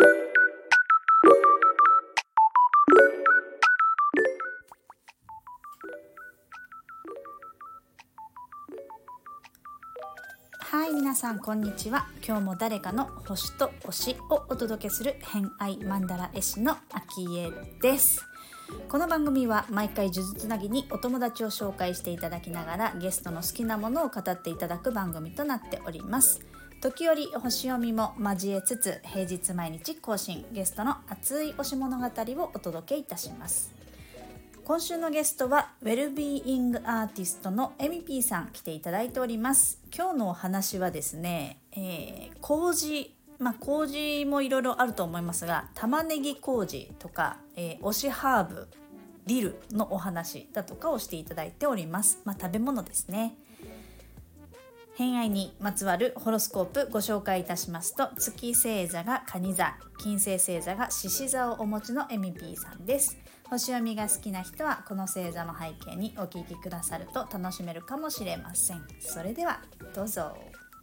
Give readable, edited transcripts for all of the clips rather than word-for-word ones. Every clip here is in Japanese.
はい、皆さんこんにちは。今日も誰かの星と推しをお届けする偏愛マンダラ絵師のあきえです。この番組は毎回数珠つなぎにお友達を紹介していただきながらゲストの好きなものを語っていただく番組となっております。時折星読みも交えつつ平日毎日更新、ゲストの熱い推し物語をお届けいたします。今週のゲストはウェルビーイングアーティストのエミピーさん来ていただいております。今日のお話はですね、麹、麹もいろいろあると思いますが、玉ねぎ麹とか、推しハーブディルのお話だとかをしていただいております。食べ物ですね。偏愛にまつわるホロスコープご紹介いたしますと、月星座が蟹座、金星星座が獅子座をお持ちのエミピーさんです。星読みが好きな人はこの星座の背景にお聞きくださると楽しめるかもしれません。それではどうぞ。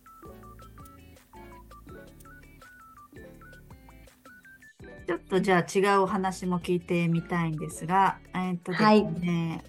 ちょっとじゃあ違うお話も聞いてみたいんですが、ですね、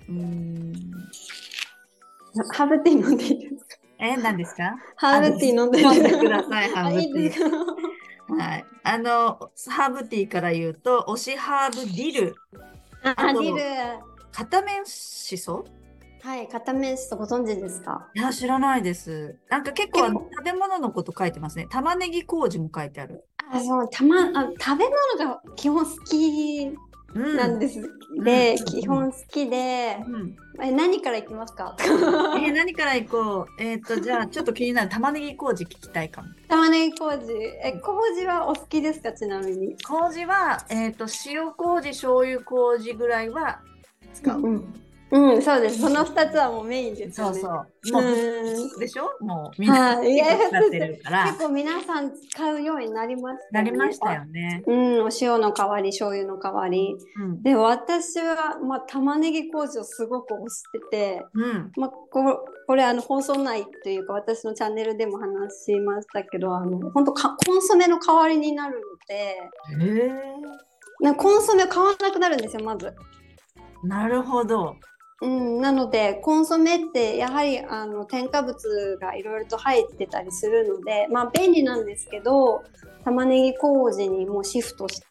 ハーブティー飲んでいいですか？ 何ですか？ ハーブティー飲んでください。ハーブティー。 いいですか？ はい。ハーブティーから言うと、推しハーブディル。 ディル。 片面しそ？ はい、片面しそご存知ですか？ いや、知らないです。なんか結構食べ物のこと書いてますね。玉ねぎ麹も書いてある。 そう、食べ物が基本好きなんです。基本好きで、何からいきますか？ 何からいこう。じゃあちょっと気になる玉ねぎ麹聞きたいかも。 玉ねぎ麹。麹はお好きですか？ちなみに。 麹は、塩麹、醤油麹ぐらいは使う。 そうです。その2つはもうメインですよね。 もうでしょ？もうみんな使ってるから。 結構皆さん使うようになりましたよね。 なりましたよね。 お塩の代わり、醤油の代わり。で、私は、玉ねぎ麹をすごく推してて、これ放送内というか私のチャンネルでも話しましたけど、本当コンソメの代わりになるので、コンソメを買わなくなるんですよ、まず。 なるほど。 なのでコンソメってやはり添加物がいろいろと入ってたりするので、便利なんですけど、玉ねぎ麹にもうシフトして、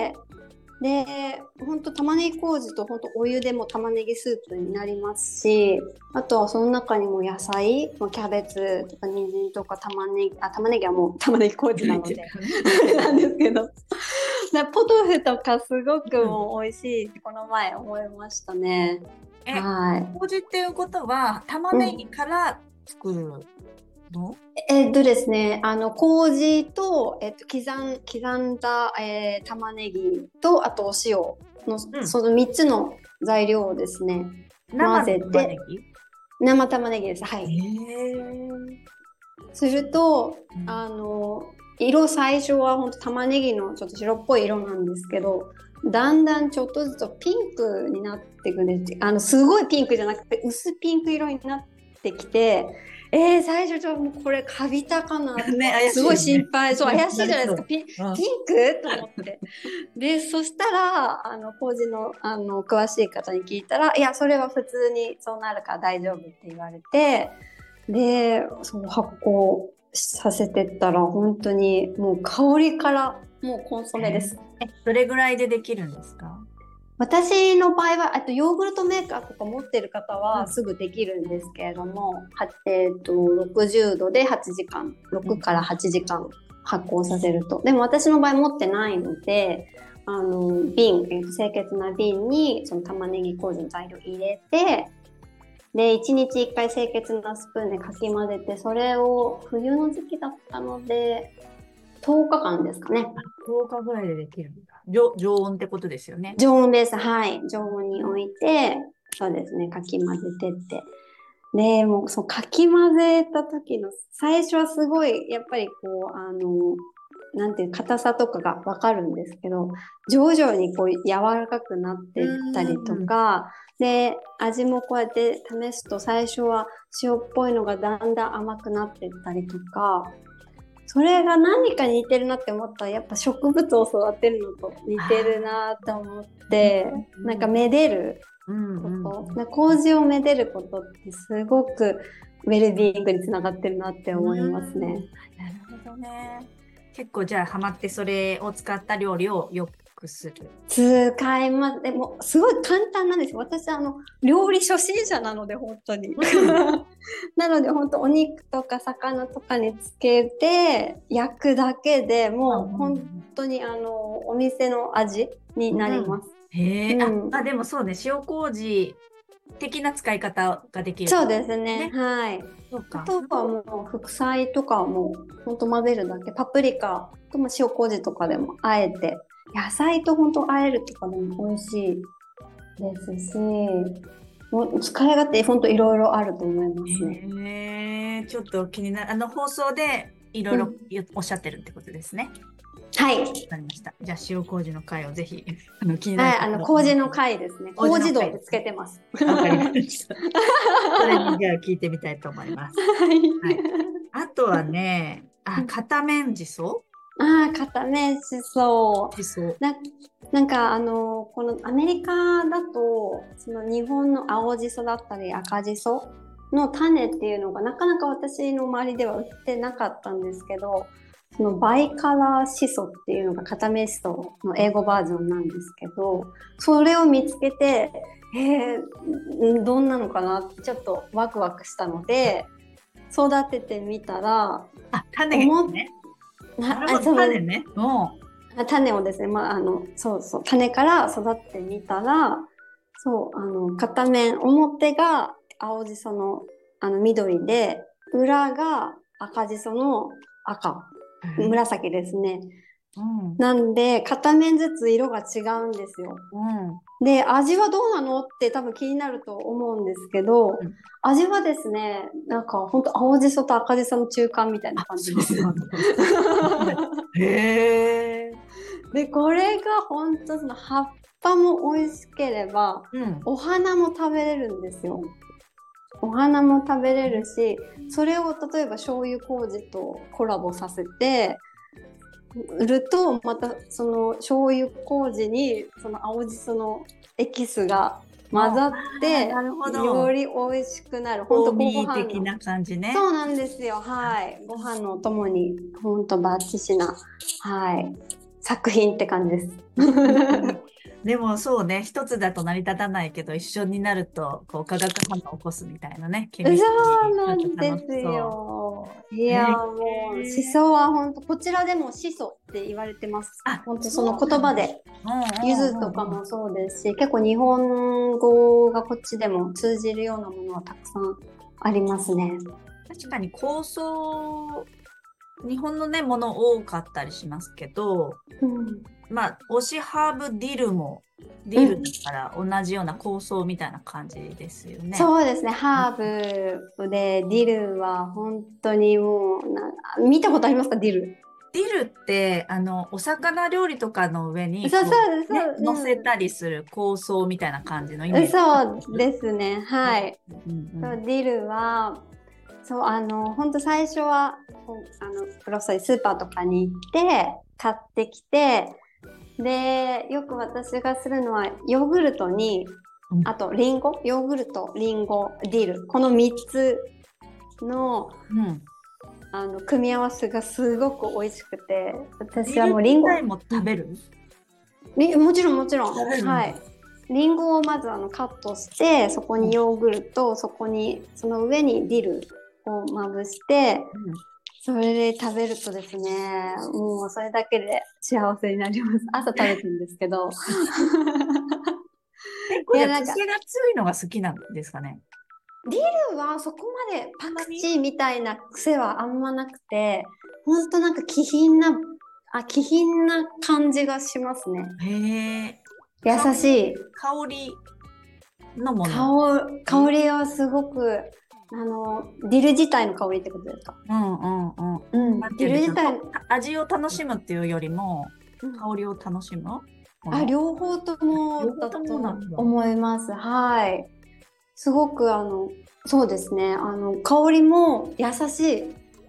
で本当玉ねぎ麹と本当お湯でも玉ねぎスープになりますし、あとはその中にも野菜、キャベツとか人参とか玉ねぎはもう玉ねぎ麹なのでなんですけどポトフとかすごくもう美味しいってこの前思いましたね。 麹っていうことは玉ねぎから作るの？ ですね、麹と、刻んだ、玉ねぎとあとお塩の、その3つの材料をですね混ぜて、生玉ねぎです。はい。すると、色最初は本当玉ねぎのちょっと白っぽい色なんですけど、だんだんちょっとずつピンクになっていくんです。すごいピンクじゃなくて薄ピンク色になってきて、最初ちょっとこれカビたかなって、すごい心配。そう、怪しいじゃないですか。ピンクと思って。で、そしたら麹の詳しい方に聞いたら、いやそれは普通にそうなるから大丈夫って言われて、でその発酵させてったら本当にもう香りからもうコンソメです。 どれぐらいでできるんですか？ 私の場合はヨーグルトメーカーとか持ってる方はすぐできるんですけれども、60度で8時間、6から8時間発酵させると。でも私の場合持ってないので、清潔な瓶にその玉ねぎ麹の材料入れて、で1日1回清潔なスプーンでかき混ぜて、それを冬の時期だったので10日間ですかね。 10日ぐらいでできるんだ。常温ってことですよね。 常温です。はい。常温に置いて、そうですね、かき混ぜてって。で、もうかき混ぜた時の最初はすごいやっぱりなんていう硬さとかがわかるんですけど、徐々に柔らかくなっていったりとか、で味もこうやって試すと最初は塩っぽいのがだんだん甘くなっていったりとか、 それが何か似てるなって思ったらやっぱ植物を育てるのと似てるなと思って、なんかめでること、なんか麹をめでることってすごくウェルビーイングにつながってるなって思いますね。 なるほどね。結構じゃあハマってそれを使った料理をよくする。 使います。でもすごい簡単なんですよ。私料理初心者なので本当に。なので本当お肉とか魚とかにつけて焼くだけでもう本当にお店の味になります。 へえ、でもそうね、塩麹的な使い方ができる。 そうですね。はい。 そうか。 あとはもう副菜とかも本当混ぜるだけ。パプリカとも塩麹とかでもあえて、野菜と本当あえるとかでも美味しいですし、もう使い勝手本当いろいろあると思いますね。 ちょっと気になる。放送でいろいろおっしゃってるってことですね。 はい。 わかりました。じゃあ塩麹の回をぜひ気になる。 はい、麹の回ですね。麹道ってつけてます。 わかりました。それにじゃあ聞いてみたいと思います。はい。あとはね、片面しそ。 片面しそ。なんかこのアメリカだとその日本の青じそだったり赤じその種っていうのがなかなか私の周りでは売ってなかったんですけど、そのバイカラーシソっていうのが片目シソの英語バージョンなんですけど、それを見つけてどんなのかなってちょっとワクワクしたので育ててみたら、 種ね。種ね。 種をですね、種から育ってみたら、片面、表が青じその緑で、裏が赤じその赤、紫ですね。なんで片面ずつ色が違うんですよ。で、味はどうなのって多分気になると思うんですけど、味はですね、なんか本当青じそと赤じその中間みたいな感じです。へー。で、これが本当その葉っぱも美味しければ、お花も食べれるんですよ。お花も食べれるし、それを例えば醤油麹とコラボさせて売ると、またその醤油麹にその青じそのエキスが混ざってより美味しくなる。本当ご飯的な感じね。 そうなんですよ。はい。ご飯のお供に本当バッチシな、作品って感じです。 でもそうね、一つだと成り立たないけど、一緒になるとこう化学反応を起こすみたいなね。 そうなんですよ。いや、もうしそは本当こちらでもしそって言われてます。本当その言葉で、柚子とかもそうですし、結構日本語がこっちでも通じるようなものはたくさんありますね。 確かに香草、日本のねもの多かったりしますけど、推しハーブディルもディルだから同じような香草みたいな感じですよね。 そうですね。ハーブでディルは本当にもう見たことありますか？ディル。 ディルってお魚料理とかの上に乗せたりする香草みたいな感じのイメージ。 そうですね。はい。ディルは本当最初はグロッサリースーパーとかに行って買ってきて、でよく私がするのはヨーグルトに、あとリンゴ、ヨーグルト、リンゴ、ディル、この3つの、組み合わせがすごく美味しくて、私はもうリンゴも食べる？ もちろんはい。リンゴをまずカットして、そこにヨーグルト、その上にディルをまぶして、それで食べるとですね、もうそれだけで幸せになります。朝食べてるんですけど。 いや、なんか癖が強いのが好きなんですかね。 ディルはそこまでパクチーみたいな癖はあんまなくて、ほんとなんか気品な感じがしますね。 へー。優しい。 香りのもの。 香りはすごく、ディル自体の香りってことですか？ ディル自体味を楽しむっていうよりも、香りを楽しむ？ 両方ともだと思います。はい。すごくそうですね。香りも優しい。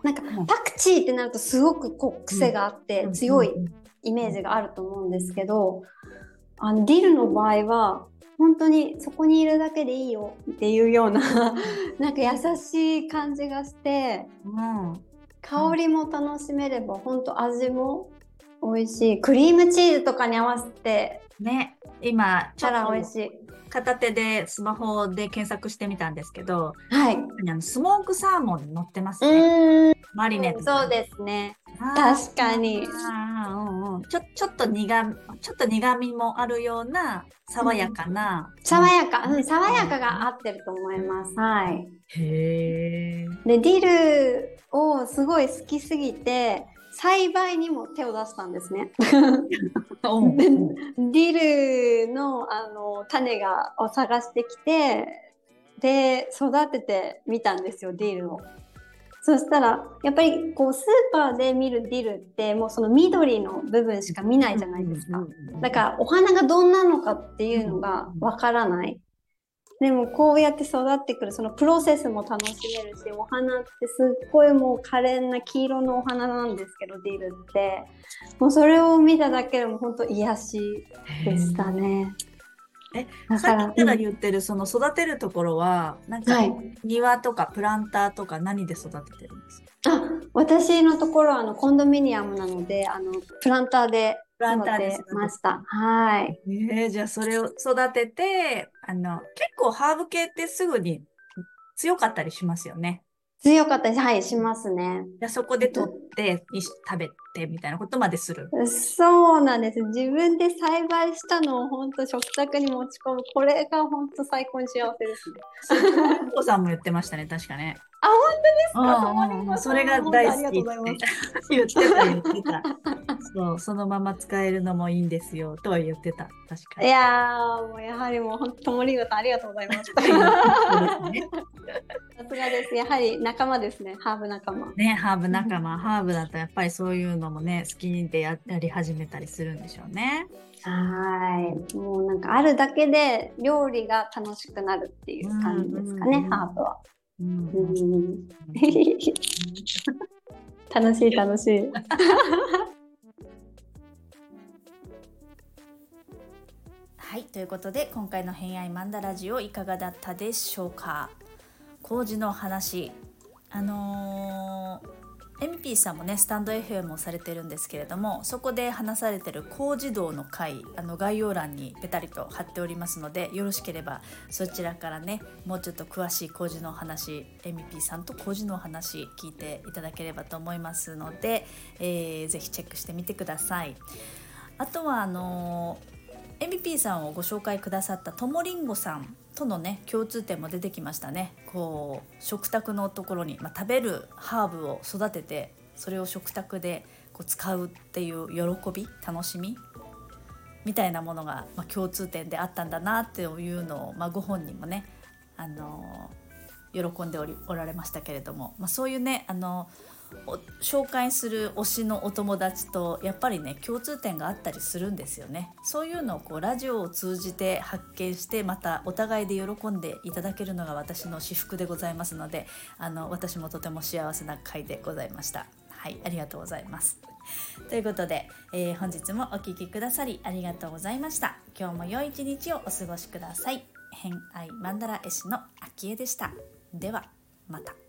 なんかパクチーってなるとすごくこう癖があって強いイメージがあると思うんですけど、ディルの場合は本当にそこにいるだけでいいよっていうようななんか優しい感じがして、香りも楽しめれば本当味も美味しい。クリームチーズとかに合わせてね、今ちょっと美味しい。 片手でスマホで検索してみたんですけど、 はい、 スモークサーモン乗ってますね。マリネとか。 そうですね。確かに。 ちょっと苦味もあるような爽やかな。 爽やかが合ってると思います。はい。 へー。 で、ディルをすごい好きすぎて、栽培にも手を出したんですね。ディルの、種を探してきて、で育ててみたんですよ、ディルを。そしたらやっぱりこうスーパーで見るディルってもうその緑の部分しか見ないじゃないですか。だからお花がどんなのかっていうのがわからない。でもこうやって育ってくるそのプロセスも楽しめるし、お花ってすっごいもう可憐な黄色のお花なんですけど、ディルってもうそれを見ただけでも本当癒しでしたね。 さっきから言ってるその育てるところはなんか庭とかプランターとか何で育ててるんですか？ 私のところはコンドミニアムなのでプランターで育てました。はい。 じゃあそれを育てて結構ハーブ系ってすぐに強かったりしますよね。 強かったり、はい、しますね。 じゃあそこで取って食べてみたいなことまでする。 そうなんです。自分で栽培したのを本当食卓に持ち込む。これが本当最高に幸せですね。 お子さんも言ってましたね、確かね。 本当ですか？ それが大好きって言ってた。そのまま使えるのもいいんですよとは言ってた。確かに。 いやもうやはりもう本当モリゴさんありがとうございます。さすがです。やはり仲間ですね。ハーブ仲間。 ね、ハーブ仲間。ハーブだとやっぱりそういうのもね、好きでやり始めたりするんでしょうね。 はい。もうなんかあるだけで料理が楽しくなるっていう感じですかね、ハーブは。楽しい。 はい、ということで今回の偏愛マンダラジオいかがだったでしょうか。麹の話、MP さんもねスタンド FM をされてるんですけれども、そこで話されてる麹道の回概要欄にペタリと貼っておりますので、よろしければそちらからねもうちょっと詳しい麹の話、 MP さんと麹の話聞いていただければと思いますので、ぜひチェックしてみてください。あとはMP さんをご紹介くださったともりんごさんとのね共通点も出てきましたね。こう食卓のところに、食べるハーブを育ててそれを食卓でこう使うっていう喜び、楽しみみたいなものが、共通点であったんだなっていうのを、ご本人もね喜んでおられましたけれども、そういうね紹介する推しのお友達とやっぱりね共通点があったりするんですよね。そういうのをこうラジオを通じて発見して、またお互いで喜んでいただけるのが私の至福でございますので、私もとても幸せな回でございました。はい、ありがとうございます。ということで、本日もお聞きくださりありがとうございました。今日も良い一日をお過ごしください。偏愛マンダラ絵師のあきえでした。ではまた。